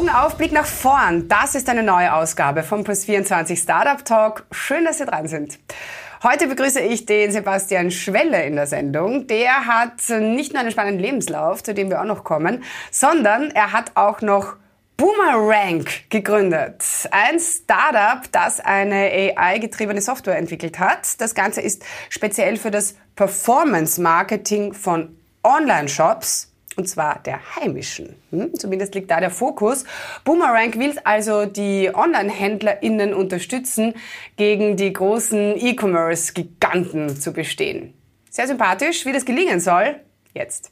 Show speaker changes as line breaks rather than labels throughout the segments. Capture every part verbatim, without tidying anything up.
Augen auf, Blick nach vorn. Das ist eine neue Ausgabe vom Puls vierundzwanzig Startup Talk. Schön, dass Sie dran sind. Heute begrüße ich den Sebastian Schwelle in der Sendung. Der hat nicht nur einen spannenden Lebenslauf, zu dem wir auch noch kommen, sondern er hat auch noch Boomerank gegründet. Ein Startup, das eine A I-getriebene Software entwickelt hat. Das Ganze ist speziell für das Performance-Marketing von Online-Shops, und zwar der heimischen. Hm, zumindest liegt da der Fokus. Boomerank will also die Online-HändlerInnen unterstützen, gegen die großen E-Commerce-Giganten zu bestehen. Sehr sympathisch. Wie das gelingen soll, jetzt.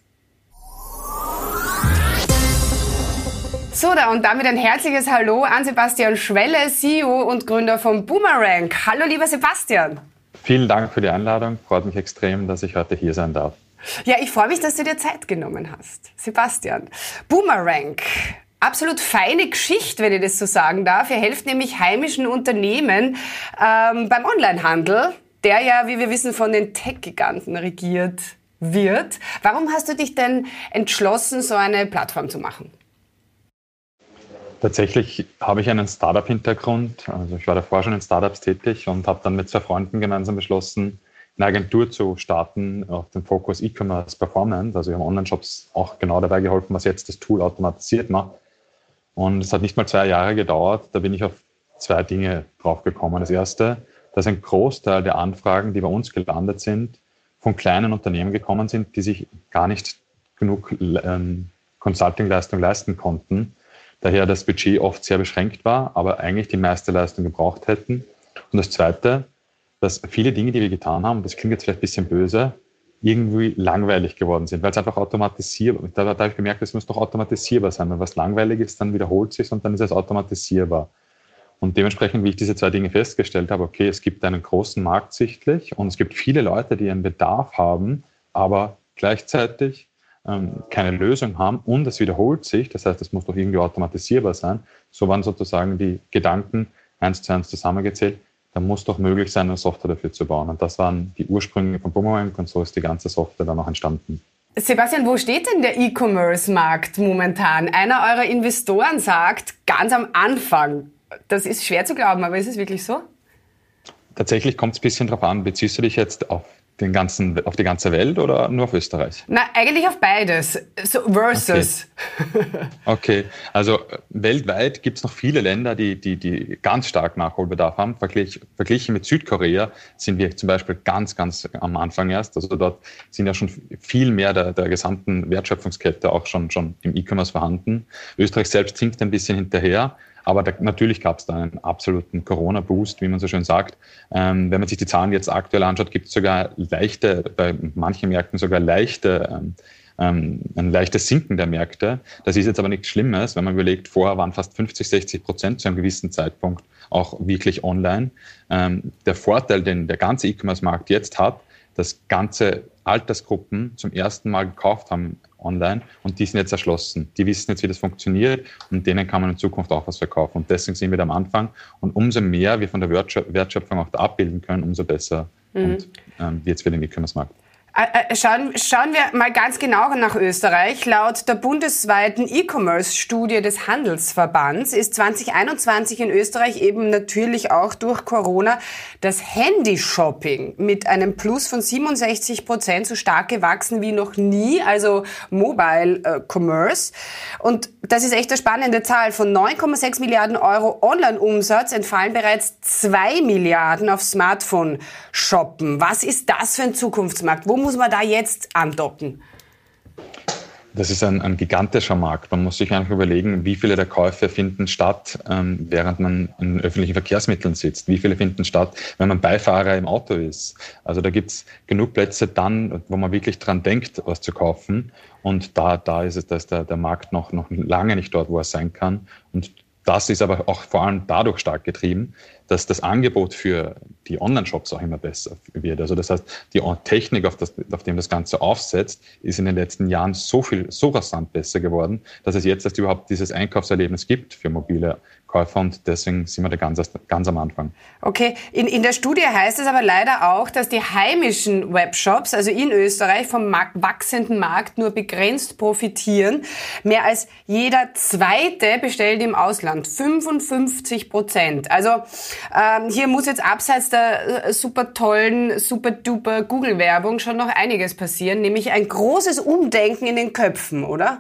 So, da und damit ein herzliches Hallo an Sebastian Schwelle, C E O und Gründer von Boomerank. Hallo, lieber Sebastian.
Vielen Dank für die Einladung. Freut mich extrem, dass ich heute hier sein darf.
Ja, ich freue mich, dass du dir Zeit genommen hast. Sebastian, Boomerank, absolut feine Geschichte, wenn ich das so sagen darf. Ihr helft nämlich heimischen Unternehmen ähm, beim Onlinehandel, der ja, wie wir wissen, von den Tech-Giganten regiert wird. Warum hast du dich denn entschlossen, so eine Plattform zu machen?
Tatsächlich habe ich einen Startup-Hintergrund. Also ich war davor schon in Startups tätig und habe dann mit zwei Freunden gemeinsam beschlossen, eine Agentur zu starten auf den Fokus E-Commerce Performance. Also wir haben Online-Shops auch genau dabei geholfen, was jetzt das Tool automatisiert macht. Und es hat nicht mal zwei Jahre gedauert. Da bin ich auf zwei Dinge draufgekommen. Das erste, dass ein Großteil der Anfragen, die bei uns gelandet sind, von kleinen Unternehmen gekommen sind, die sich gar nicht genug ähm, Consulting-Leistung leisten konnten. Daher das Budget oft sehr beschränkt war, aber eigentlich die meiste Leistung gebraucht hätten. Und das Zweite, dass viele Dinge, die wir getan haben, das klingt jetzt vielleicht ein bisschen böse, irgendwie langweilig geworden sind, weil es einfach automatisierbar ist. Da, da habe ich gemerkt, es muss doch automatisierbar sein. Wenn was langweilig ist, dann wiederholt sich und dann ist es automatisierbar. Und dementsprechend, wie ich diese zwei Dinge festgestellt habe, okay, es gibt einen großen Markt sichtlich und es gibt viele Leute, die einen Bedarf haben, aber gleichzeitig keine Lösung haben und es wiederholt sich, das heißt, es muss doch irgendwie automatisierbar sein. So waren sozusagen die Gedanken eins zu eins zusammengezählt. Da muss doch möglich sein, eine Software dafür zu bauen. Und das waren die Ursprünge von Boomerank und so ist die ganze Software dann auch entstanden.
Sebastian, wo steht denn der E-Commerce-Markt momentan? Einer eurer Investoren sagt, ganz am Anfang. Das ist schwer zu glauben, aber ist es wirklich so?
Tatsächlich kommt es ein bisschen drauf an. Beziehst du dich jetzt auf den ganzen, auf die ganze Welt oder nur auf Österreich?
Na, eigentlich auf beides. So versus.
Okay, okay. Also weltweit gibt es noch viele Länder, die, die, die ganz stark Nachholbedarf haben. Verglich, verglichen mit Südkorea sind wir zum Beispiel ganz, ganz am Anfang erst. Also dort sind ja schon viel mehr der, der gesamten Wertschöpfungskette auch schon, schon im E-Commerce vorhanden. Österreich selbst hinkt ein bisschen hinterher. Aber da, natürlich gab es da einen absoluten Corona-Boost, wie man so schön sagt. Ähm, wenn man sich die Zahlen jetzt aktuell anschaut, gibt es sogar leichte, bei manchen Märkten sogar leichte, ähm, ein leichtes Sinken der Märkte. Das ist jetzt aber nichts Schlimmes, wenn man überlegt, vorher waren fast fünfzig, sechzig Prozent zu einem gewissen Zeitpunkt auch wirklich online. Ähm, der Vorteil, den der ganze E-Commerce-Markt jetzt hat, dass ganze Altersgruppen zum ersten Mal gekauft haben online und die sind jetzt erschlossen. Die wissen jetzt, wie das funktioniert und denen kann man in Zukunft auch was verkaufen. Und deswegen sind wir da am Anfang. Und umso mehr wir von der Wertschöpfung auch da abbilden können, umso besser mhm. und ähm, wird es für den E-Commerce-Markt.
Schauen, schauen wir mal ganz genau nach Österreich. Laut der bundesweiten E-Commerce-Studie des Handelsverbands ist zwanzig einundzwanzig in Österreich eben natürlich auch durch Corona das Handy-Shopping mit einem Plus von siebenundsechzig Prozent so stark gewachsen wie noch nie, also Mobile Commerce. Und das ist echt eine spannende Zahl. Von neun Komma sechs Milliarden Euro Online-Umsatz entfallen bereits zwei Milliarden auf Smartphone-Shoppen. Was ist das für ein Zukunftsmarkt? Wo muss man da jetzt andocken?
Das ist ein, ein gigantischer Markt. Man muss sich einfach überlegen, wie viele der Käufe finden statt, ähm, während man in öffentlichen Verkehrsmitteln sitzt. Wie viele finden statt, wenn man Beifahrer im Auto ist. Also da gibt es genug Plätze dann, wo man wirklich dran denkt, was zu kaufen. Und da, da ist es, da ist der, der Markt noch, noch lange nicht dort, wo er sein kann. Und das ist aber auch vor allem dadurch stark getrieben, dass das Angebot für die Online-Shops auch immer besser wird. Also das heißt, die Technik, auf, das, auf dem das Ganze aufsetzt, ist in den letzten Jahren so viel, so rasant besser geworden, dass es jetzt erst überhaupt dieses Einkaufserlebnis gibt für mobile Käufer und deswegen sind wir da ganz, ganz am Anfang.
Okay, in, in der Studie heißt es aber leider auch, dass die heimischen Webshops, also in Österreich, vom Markt, wachsenden Markt nur begrenzt profitieren. Mehr als jeder Zweite bestellt im Ausland, fünfundfünfzig Prozent. Also ähm, hier muss jetzt abseits der äh, super tollen, super duper Google-Werbung schon noch einiges passieren, nämlich ein großes Umdenken in den Köpfen, oder?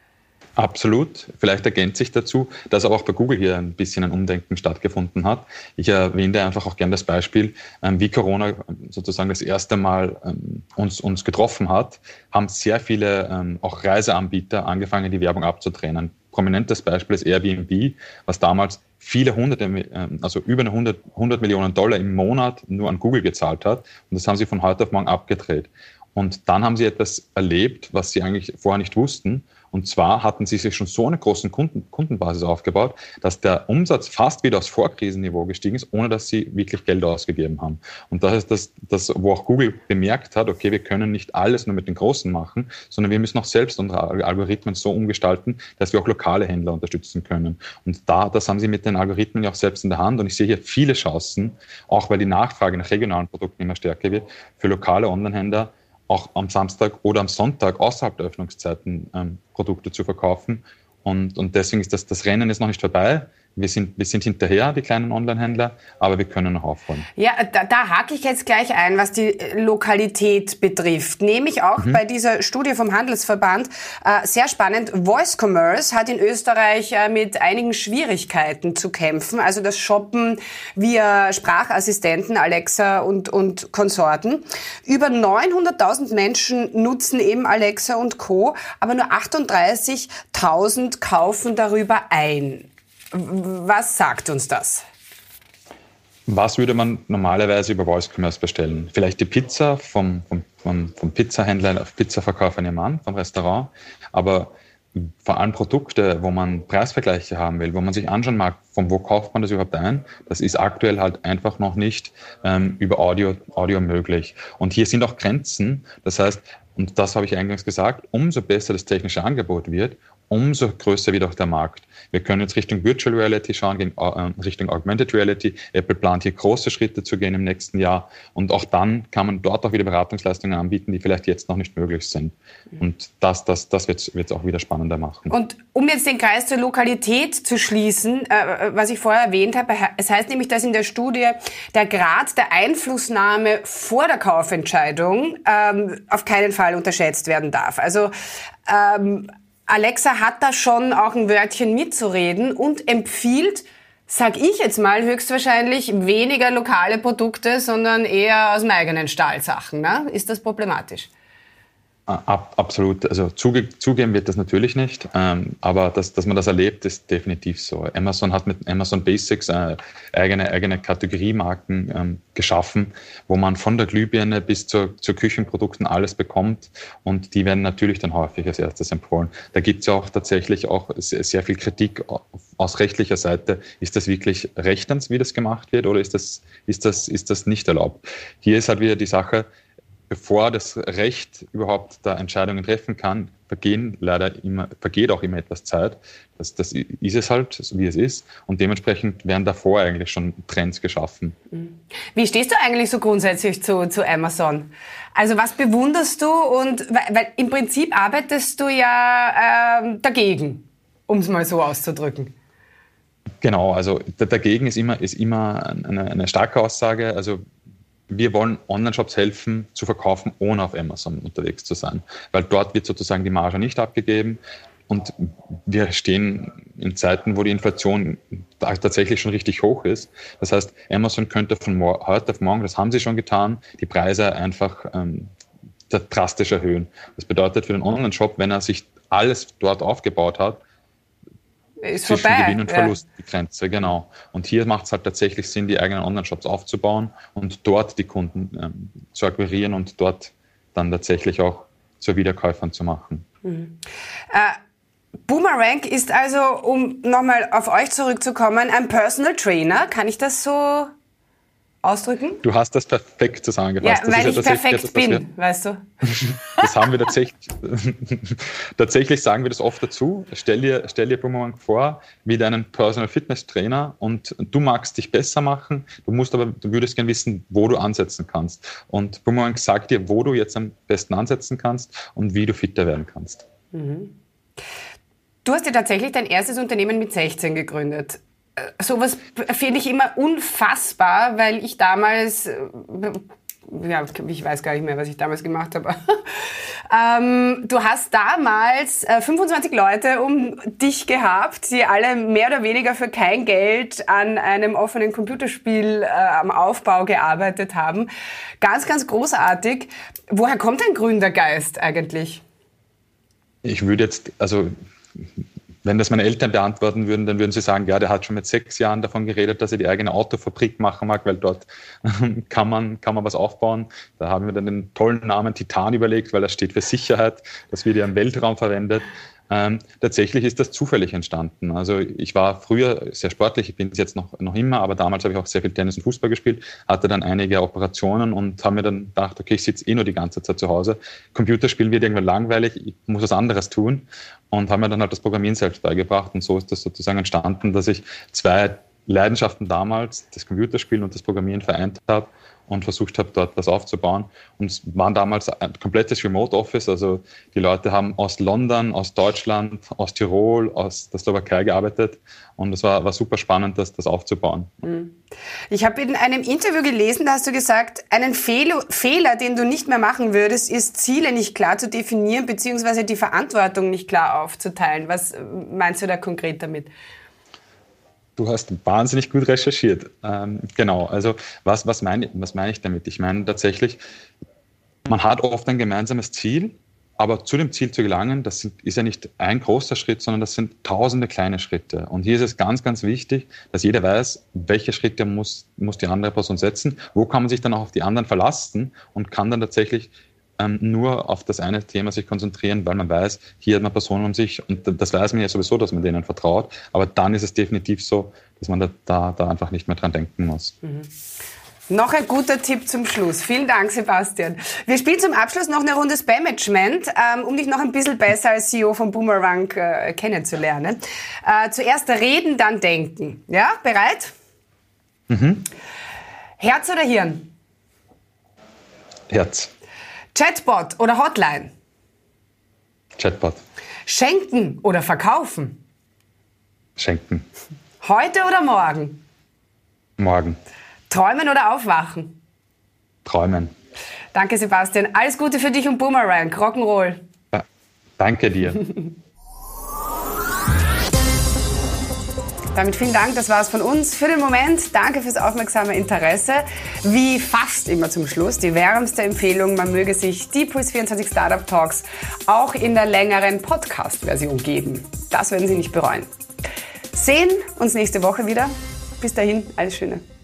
Absolut. Vielleicht ergänzt sich dazu, dass aber auch bei Google hier ein bisschen ein Umdenken stattgefunden hat. Ich erwähne einfach auch gerne das Beispiel, wie Corona sozusagen das erste Mal uns, uns getroffen hat, haben sehr viele auch Reiseanbieter angefangen, die Werbung abzudrehen. Ein prominentes Beispiel ist Airbnb, was damals viele hunderte, also über hundert, hundert Millionen Dollar im Monat nur an Google gezahlt hat. Und das haben sie von heute auf morgen abgedreht. Und dann haben sie etwas erlebt, was sie eigentlich vorher nicht wussten. Und zwar hatten sie sich schon so eine große Kunden, Kundenbasis aufgebaut, dass der Umsatz fast wieder aufs Vorkrisenniveau gestiegen ist, ohne dass sie wirklich Geld ausgegeben haben. Und das ist das, das, wo auch Google bemerkt hat, okay, wir können nicht alles nur mit den Großen machen, sondern wir müssen auch selbst unsere Algorithmen so umgestalten, dass wir auch lokale Händler unterstützen können. Und da, das haben sie mit den Algorithmen ja auch selbst in der Hand. Und ich sehe hier viele Chancen, auch weil die Nachfrage nach regionalen Produkten immer stärker wird, für lokale Online-Händler auch am Samstag oder am Sonntag außerhalb der Öffnungszeiten ähm, Produkte zu verkaufen. Und, und deswegen ist das, das Rennen ist noch nicht vorbei. Wir sind, wir sind hinterher, die kleinen Online-Händler, aber wir können noch aufholen.
Ja, da, da hake ich jetzt gleich ein, was die Lokalität betrifft. Nämlich auch mhm. bei dieser Studie vom Handelsverband, äh, sehr spannend, Voice Commerce hat in Österreich äh, mit einigen Schwierigkeiten zu kämpfen. Also das Shoppen via Sprachassistenten, Alexa und, und Konsorten. Über neunhunderttausend Menschen nutzen eben Alexa und Co., aber nur achtunddreißigtausend kaufen darüber ein. Was sagt uns das?
Was würde man normalerweise über Voice Commerce bestellen? Vielleicht die Pizza vom, vom, vom, vom Pizzahändler auf Pizzaverkäufer nebenan, vom Restaurant. Aber vor allem Produkte, wo man Preisvergleiche haben will, wo man sich anschauen mag, von wo kauft man das überhaupt ein, das ist aktuell halt einfach noch nicht ähm, über Audio, Audio möglich. Und hier sind auch Grenzen. Das heißt, und das habe ich eingangs gesagt, umso besser das technische Angebot wird, umso größer wird auch der Markt. Wir können jetzt Richtung Virtual Reality schauen, gegen, äh, Richtung Augmented Reality. Apple plant hier große Schritte zu gehen im nächsten Jahr. Und auch dann kann man dort auch wieder Beratungsleistungen anbieten, die vielleicht jetzt noch nicht möglich sind. Und das, das, das wird es auch wieder spannender machen.
Und um jetzt den Kreis zur Lokalität zu schließen, äh, was ich vorher erwähnt habe, es heißt nämlich, dass in der Studie der Grad der Einflussnahme vor der Kaufentscheidung ähm, auf keinen Fall unterschätzt werden darf. Also ähm, Alexa hat da schon auch ein Wörtchen mitzureden und empfiehlt, sag ich jetzt mal, höchstwahrscheinlich weniger lokale Produkte, sondern eher aus dem eigenen Stahlsachen. Ne? Ist das problematisch?
Ab, absolut. Also zuge, zugeben wird das natürlich nicht, ähm, aber dass, dass man das erlebt, ist definitiv so. Amazon hat mit Amazon Basics äh, eigene, eigene Kategoriemarken ähm, geschaffen, wo man von der Glühbirne bis zur, zu Küchenprodukten alles bekommt und die werden natürlich dann häufig als erstes empfohlen. Da gibt es ja auch tatsächlich auch sehr, sehr viel Kritik aus rechtlicher Seite. Ist das wirklich rechtens, wie das gemacht wird, oder ist das, ist das, ist das nicht erlaubt? Hier ist halt wieder die Sache, bevor das Recht überhaupt da Entscheidungen treffen kann, vergehen leider immer, vergeht auch immer etwas Zeit. Das, das ist es halt, wie es ist. Und dementsprechend werden davor eigentlich schon Trends geschaffen.
Wie stehst du eigentlich so grundsätzlich zu, zu Amazon? Also was bewunderst du? Und weil, weil im Prinzip arbeitest du ja äh, dagegen, um es mal so auszudrücken.
Genau, also dagegen ist immer, ist immer eine, eine starke Aussage. Also wir wollen Online-Shops helfen, zu verkaufen, ohne auf Amazon unterwegs zu sein. Weil dort wird sozusagen die Marge nicht abgegeben. Und wir stehen in Zeiten, wo die Inflation tatsächlich schon richtig hoch ist. Das heißt, Amazon könnte von heute auf morgen, das haben sie schon getan, die Preise einfach ähm, drastisch erhöhen. Das bedeutet für den Online-Shop, wenn er sich alles dort aufgebaut hat,
ist
zwischen
vorbei.
Gewinn und Verlust, ja. Die Grenze, genau. Und hier macht es halt tatsächlich Sinn, die eigenen Online-Shops aufzubauen und dort die Kunden ähm, zu akquirieren und dort dann tatsächlich auch zu Wiederkäufern zu machen.
Mhm. Äh, Boomerang ist also, um nochmal auf euch zurückzukommen, ein Personal Trainer. Kann ich das so ausdrücken?
Du hast das perfekt zusammengefasst.
Ja,
das
weil
ist
ich
ja
perfekt
etwas,
bin,
wir,
weißt du.
Das haben wir tatsächlich, tatsächlich sagen wir das oft dazu. Stell dir, stell dir Boomerang vor, wie deinen Personal Fitness Trainer und du magst dich besser machen, du musst aber, du würdest gerne wissen, wo du ansetzen kannst. Und Boomerang sagt dir, wo du jetzt am besten ansetzen kannst und wie du fitter werden kannst.
Mhm. Du hast ja tatsächlich dein erstes Unternehmen mit sechzehn gegründet. Sowas finde ich immer unfassbar, weil ich damals, ja, ich weiß gar nicht mehr, was ich damals gemacht habe. ähm, du hast damals äh, fünfundzwanzig Leute um dich gehabt, die alle mehr oder weniger für kein Geld an einem offenen Computerspiel äh, am Aufbau gearbeitet haben. Ganz, ganz großartig. Woher kommt dein Gründergeist eigentlich?
Ich würde jetzt, also wenn das meine Eltern beantworten würden, dann würden sie sagen, ja, der hat schon mit sechs Jahren davon geredet, dass er die eigene Autofabrik machen mag, weil dort kann man, kann man was aufbauen. Da haben wir dann den tollen Namen Titan überlegt, weil das steht für Sicherheit. Das wird ja im Weltraum verwendet. Ähm, tatsächlich ist das zufällig entstanden. Also ich war früher sehr sportlich, ich bin es jetzt noch, noch immer, aber damals habe ich auch sehr viel Tennis und Fußball gespielt, hatte dann einige Operationen und habe mir dann gedacht, okay, ich sitze eh nur die ganze Zeit zu Hause. Computerspielen wird irgendwann langweilig, ich muss was anderes tun und habe mir dann halt das Programmieren selbst beigebracht und so ist das sozusagen entstanden, dass ich zwei Leidenschaften damals, das Computerspielen und das Programmieren vereint habe und versucht habe, dort was aufzubauen. Und es war damals ein komplettes Remote Office, also die Leute haben aus London, aus Deutschland, aus Tirol, aus der Slowakei gearbeitet und es war, war super spannend, das, das aufzubauen.
Ich habe in einem Interview gelesen, da hast du gesagt, einen Fehl- Fehler, den du nicht mehr machen würdest, ist, Ziele nicht klar zu definieren beziehungsweise die Verantwortung nicht klar aufzuteilen. Was meinst du da konkret damit?
Du hast wahnsinnig gut recherchiert. Ähm, genau, also was, was meine was meine ich damit? Ich meine tatsächlich, man hat oft ein gemeinsames Ziel, aber zu dem Ziel zu gelangen, das sind, ist ja nicht ein großer Schritt, sondern das sind tausende kleine Schritte. Und hier ist es ganz, ganz wichtig, dass jeder weiß, welche Schritte muss, muss die andere Person setzen, wo kann man sich dann auch auf die anderen verlassen und kann dann tatsächlich Ähm, nur auf das eine Thema sich konzentrieren, weil man weiß, hier hat man Personen um sich und das weiß man ja sowieso, dass man denen vertraut, aber dann ist es definitiv so, dass man da, da, da einfach nicht mehr dran denken muss.
Mhm. Noch ein guter Tipp zum Schluss. Vielen Dank, Sebastian. Wir spielen zum Abschluss noch eine Runde Spam-Management, ähm, um dich noch ein bisschen besser als C E O von Boomerang äh, kennenzulernen. Äh, zuerst reden, dann denken. Ja, bereit?
Mhm.
Herz oder Hirn?
Herz.
Chatbot oder Hotline?
Chatbot.
Schenken oder verkaufen?
Schenken.
Heute oder morgen?
Morgen.
Träumen oder aufwachen?
Träumen.
Danke, Sebastian. Alles Gute für dich und Boomerang. Rock'n'Roll.
Ja, danke dir.
Damit vielen Dank, das war's von uns für den Moment. Danke fürs aufmerksame Interesse. Wie fast immer zum Schluss die wärmste Empfehlung, man möge sich die Puls vierundzwanzig Startup Talks auch in der längeren Podcast-Version geben. Das werden Sie nicht bereuen. Sehen uns nächste Woche wieder. Bis dahin, alles Schöne.